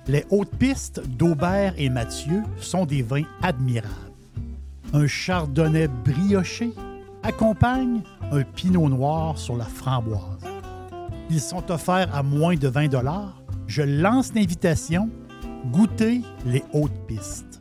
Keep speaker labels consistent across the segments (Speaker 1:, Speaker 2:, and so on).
Speaker 1: Les hautes pistes d'Aubert et Mathieu sont des vins admirables. Un chardonnay brioché accompagne un pinot noir sur la framboise. Ils sont offerts à moins de 20 $. Je lance l'invitation. Goûtez les hautes pistes.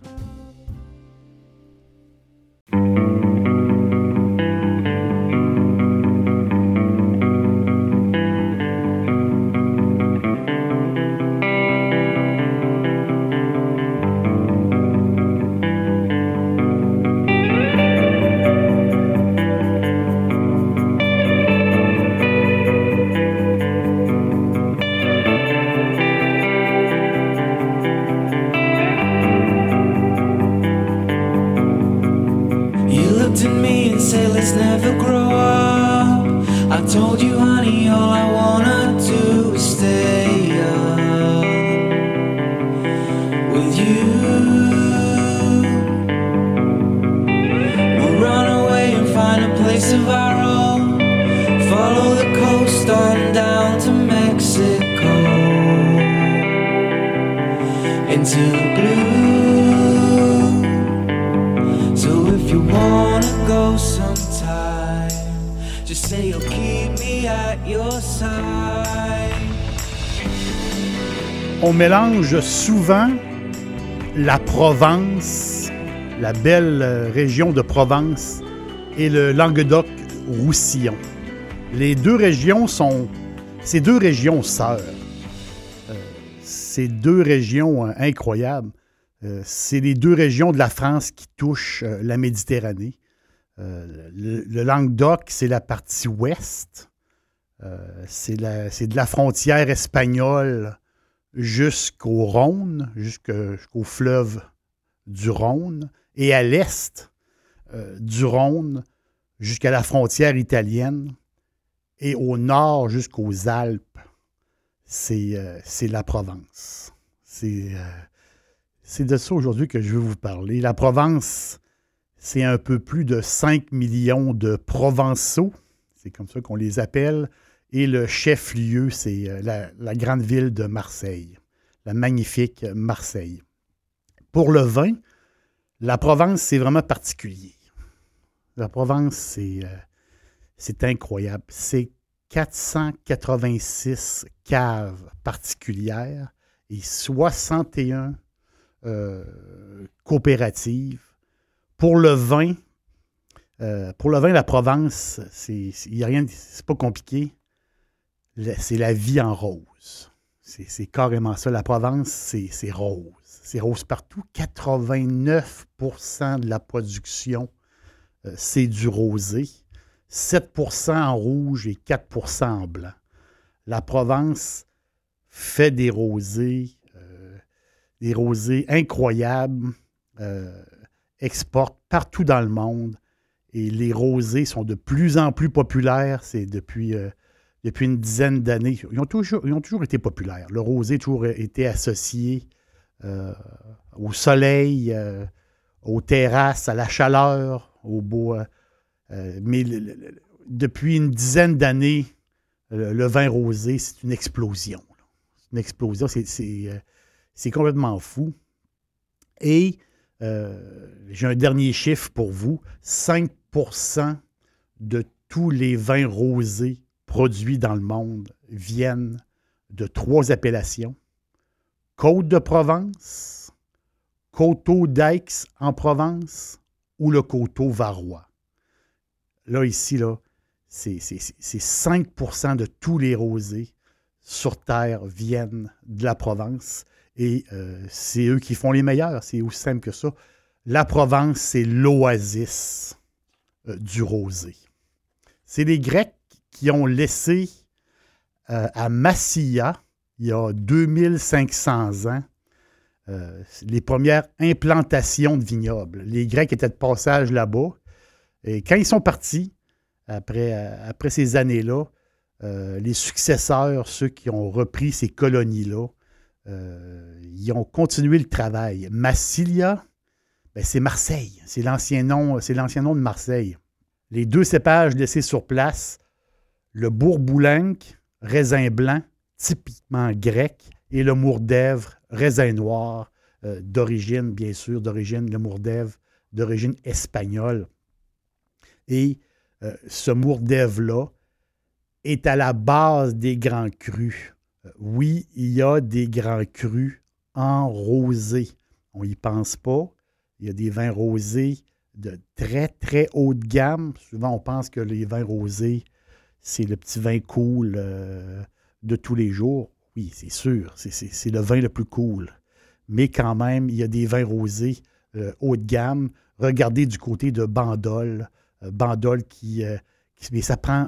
Speaker 1: On mélange souvent la Provence, la belle région de Provence, et le Languedoc-Roussillon. Les deux régions sont... Ces deux régions sœurs. Ces deux régions incroyables. C'est les deux régions de la France qui touchent la Méditerranée. Le Languedoc, c'est la partie ouest. C'est de la frontière espagnole jusqu'au Rhône, jusqu'au fleuve du Rhône, et à l'est du Rhône jusqu'à la frontière italienne, et au nord jusqu'aux Alpes, c'est la Provence. C'est de ça aujourd'hui que je veux vous parler. La Provence, c'est un peu plus de 5 millions de Provençaux, c'est comme ça qu'on les appelle. Et le chef-lieu, c'est la grande ville de Marseille, la magnifique Marseille. Pour le vin, la Provence, c'est vraiment particulier. La Provence, c'est incroyable. C'est 486 caves particulières et 61 coopératives. Pour le vin, la Provence, c'est pas compliqué. C'est la vie en rose. C'est carrément ça. La Provence, c'est rose. C'est rose partout. 89% de la production, c'est du rosé. 7% en rouge et 4% en blanc. La Provence fait des rosés incroyables, exporte partout dans le monde. Et les rosés sont de plus en plus populaires. C'est depuis une dizaine d'années. Ils ont toujours été populaires. Le rosé a toujours été associé au soleil, aux terrasses, à la chaleur, au beau. Mais depuis une dizaine d'années, le vin rosé, c'est une explosion. C'est une explosion. C'est complètement fou. Et j'ai un dernier chiffre pour vous. 5% de tous les vins rosés produits dans le monde viennent de 3 appellations. Côte de Provence, Coteaux d'Aix en Provence ou le Coteau Varois. Là, ici, c'est 5% de tous les rosés sur Terre viennent de la Provence et c'est eux qui font les meilleurs. C'est aussi simple que ça. La Provence, c'est l'oasis du rosé. C'est les Grecs qui ont laissé à Massilia, il y a 2500 ans, les premières implantations de vignobles. Les Grecs étaient de passage là-bas. Et quand ils sont partis, après ces années-là, les successeurs, ceux qui ont repris ces colonies-là, ils ont continué le travail. Massilia, c'est Marseille. C'est l'ancien nom de Marseille. Les 2 cépages laissés sur place, le Bourboulenc, raisin blanc, typiquement grec, et le Mourdèvre, raisin noir, d'origine, bien sûr, d'origine, le Mourvèdre, d'origine espagnole. Et ce Mourvèdre-là est à la base des grands crus. Oui, il y a des grands crus en rosé. On n'y pense pas. Il y a des vins rosés de très, très haute gamme. Souvent, on pense que les vins rosés, c'est le petit vin cool de tous les jours. Oui, c'est sûr. C'est le vin le plus cool. Mais quand même, il y a des vins rosés haut de gamme. Regardez du côté de Bandol. Bandol mais ça prend...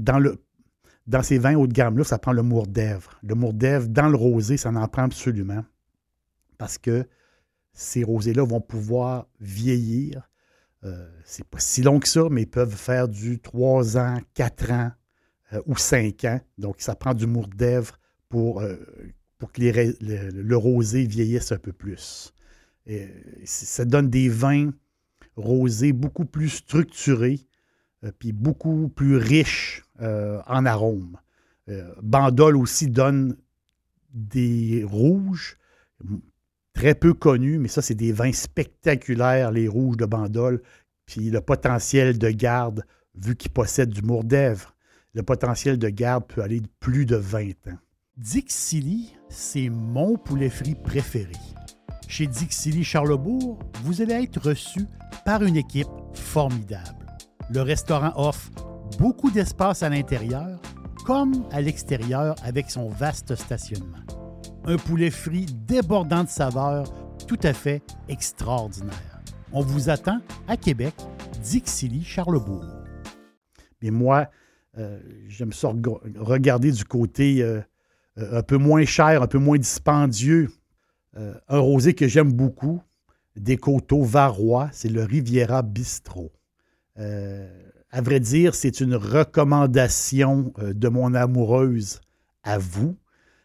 Speaker 1: dans ces vins haut de gamme-là, ça prend le Mourvèdre. Le Mourvèdre, dans le rosé, ça en prend absolument. Parce que ces rosés-là vont pouvoir vieillir. C'est pas si long que ça, mais ils peuvent faire du 3 ans, 4 ans ou 5 ans. Donc, ça prend du Mourvèdre pour que le rosé vieillisse un peu plus. Et ça donne des vins rosés beaucoup plus structurés puis beaucoup plus riches en arômes. Bandol aussi donne des rouges très peu connus, mais ça, c'est des vins spectaculaires, les rouges de Bandol. Puis le potentiel de garde, vu qu'ils possèdent du Mourvèdre, le potentiel de garde peut aller de plus de 20 ans. Dixilly, c'est mon poulet frit préféré. Chez Dixilly Charlesbourg, vous allez être reçu par une équipe formidable. Le restaurant offre beaucoup d'espace à l'intérieur comme à l'extérieur avec son vaste stationnement. Un poulet frit débordant de saveurs, tout à fait extraordinaire. On vous attend à Québec, Dixilly Charlesbourg. Mais moi, j'aime ça regarder du côté un peu moins cher, un peu moins dispendieux. Un rosé que j'aime beaucoup, des Coteaux Varois, c'est le Riviera Bistro. À vrai dire, c'est une recommandation de mon amoureuse à vous.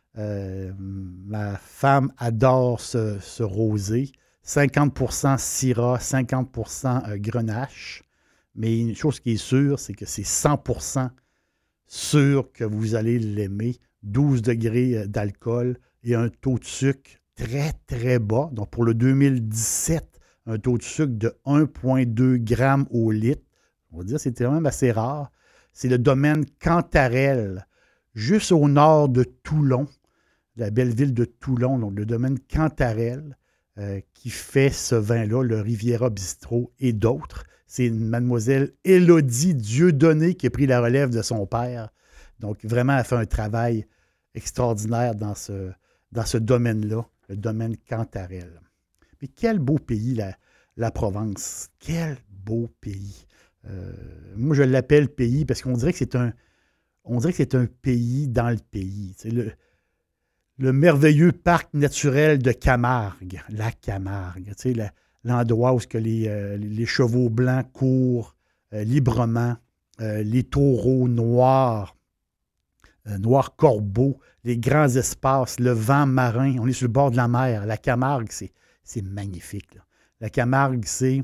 Speaker 1: Ma femme adore ce rosé. 50% Syrah, 50% Grenache. Mais une chose qui est sûre, c'est que c'est 100% sûr que vous allez l'aimer. 12 degrés d'alcool et un taux de sucre très, très bas. Donc, pour le 2017, un taux de sucre de 1,2 g au litre. On va dire que c'est quand même assez rare. C'est le domaine Cantarelle, juste au nord de Toulon, la belle ville de Toulon, donc le domaine Cantarelle, qui fait ce vin-là, le Riviera Bistro et d'autres. C'est une mademoiselle Élodie Dieudonné qui a pris la relève de son père. Donc, vraiment, elle fait un travail extraordinaire dans ce domaine-là, le domaine Cantarelle. Mais quel beau pays, la Provence. Quel beau pays. Moi, je l'appelle pays parce qu'on dirait que c'est un pays dans le pays. C'est le merveilleux parc naturel de Camargue, la Camargue. Tu sais, l'endroit où que les chevaux blancs courent librement, les taureaux noirs, noirs corbeaux, les grands espaces, le vent marin. On est sur le bord de la mer. La Camargue, c'est magnifique. Là. La Camargue, c'est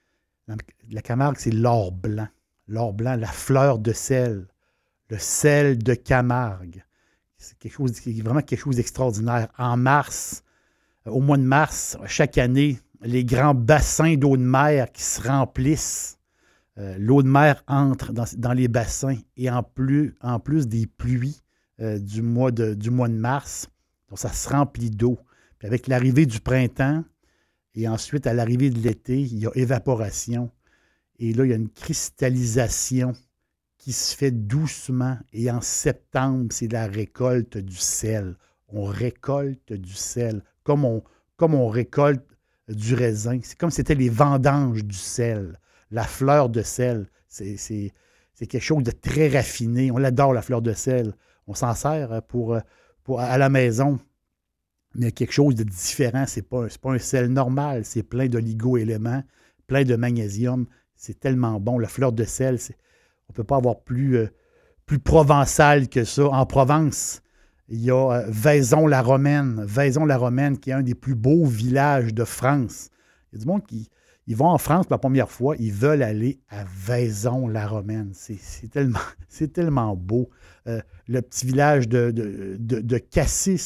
Speaker 1: l'or blanc. L'or blanc, la fleur de sel. Le sel de Camargue. C'est vraiment quelque chose d'extraordinaire. En mars, au mois de mars, chaque année, les grands bassins d'eau de mer qui se remplissent. L'eau de mer entre dans les bassins et en plus des pluies du mois de mars. Donc, ça se remplit d'eau. Puis avec l'arrivée du printemps et ensuite à l'arrivée de l'été, il y a évaporation. Et là, il y a une cristallisation qui se fait doucement. Et en septembre, c'est la récolte du sel. On récolte du sel, comme on récolte du raisin. C'est comme si c'était les vendanges du sel. La fleur de sel, c'est quelque chose de très raffiné. On l'adore, la fleur de sel. On s'en sert pour à la maison. Mais quelque chose de différent. C'est pas un sel normal. C'est plein d'oligo-éléments, plein de magnésium. C'est tellement bon. La fleur de sel, on ne peut pas avoir plus provençal que ça. En Provence, il y a Vaison-la-Romaine. Vaison-la-Romaine, qui est un des plus beaux villages de France. Il y a du monde qui ils vont en France pour la première fois, ils veulent aller à Vaison-la-Romaine. C'est tellement beau. Le petit village de Cassis,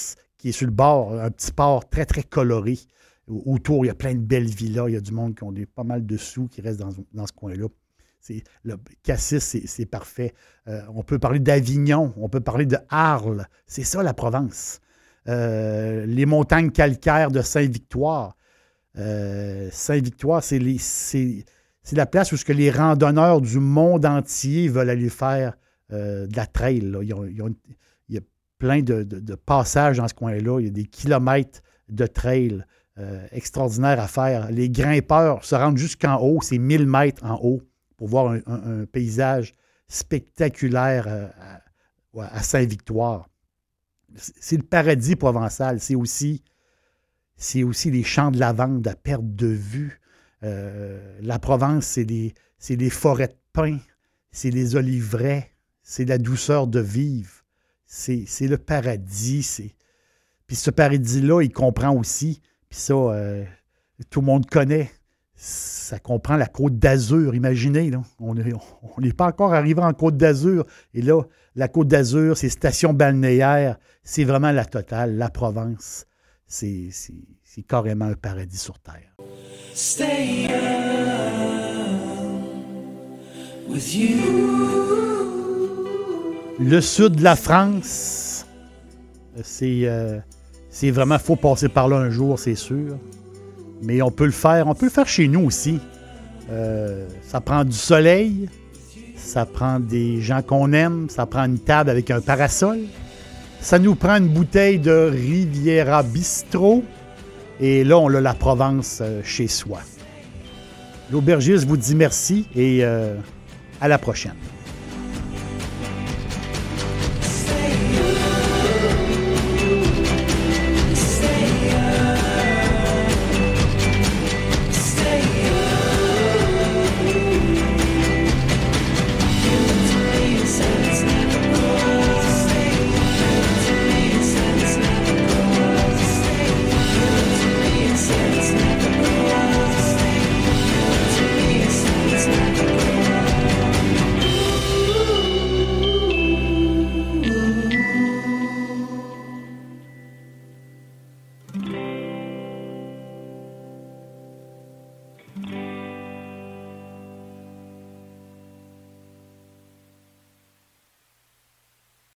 Speaker 1: qui est sur le bord, un petit port très, très coloré. Autour, il y a plein de belles villas. Il y a du monde qui ont pas mal de sous qui restent dans ce coin-là. Cassis, c'est parfait. On peut parler d'Avignon, on peut parler de Arles. C'est ça, la Provence. Les montagnes calcaires de Saint-Victoire. Saint-Victoire, c'est la place où les randonneurs du monde entier veulent aller faire de la trail. Là. Il y a plein de passages dans ce coin-là. Il y a des kilomètres de trail extraordinaires à faire. Les grimpeurs se rendent jusqu'en haut. C'est 1000 mètres en haut pour voir un paysage spectaculaire à Saint-Victoire. C'est le paradis provençal. C'est aussi les champs de lavande à perte de vue. La Provence, c'est des forêts de pins, c'est les oliveraies, c'est la douceur de vivre. C'est le paradis. Puis ce paradis-là, il comprend aussi, puis ça, tout le monde connaît, ça comprend la Côte d'Azur, imaginez. Là. On n'est pas encore arrivé en Côte d'Azur. Et là, la Côte d'Azur, ces stations balnéaires, c'est vraiment la totale, la Provence. C'est carrément un paradis sur Terre. Stay with you. Le sud de la France, c'est vraiment, il faut passer par là un jour, c'est sûr. Mais on peut le faire chez nous aussi. Ça prend du soleil, ça prend des gens qu'on aime, ça prend une table avec un parasol, ça nous prend une bouteille de Riviera Bistro, et là, on a la Provence chez soi. L'aubergiste vous dit merci et à la prochaine.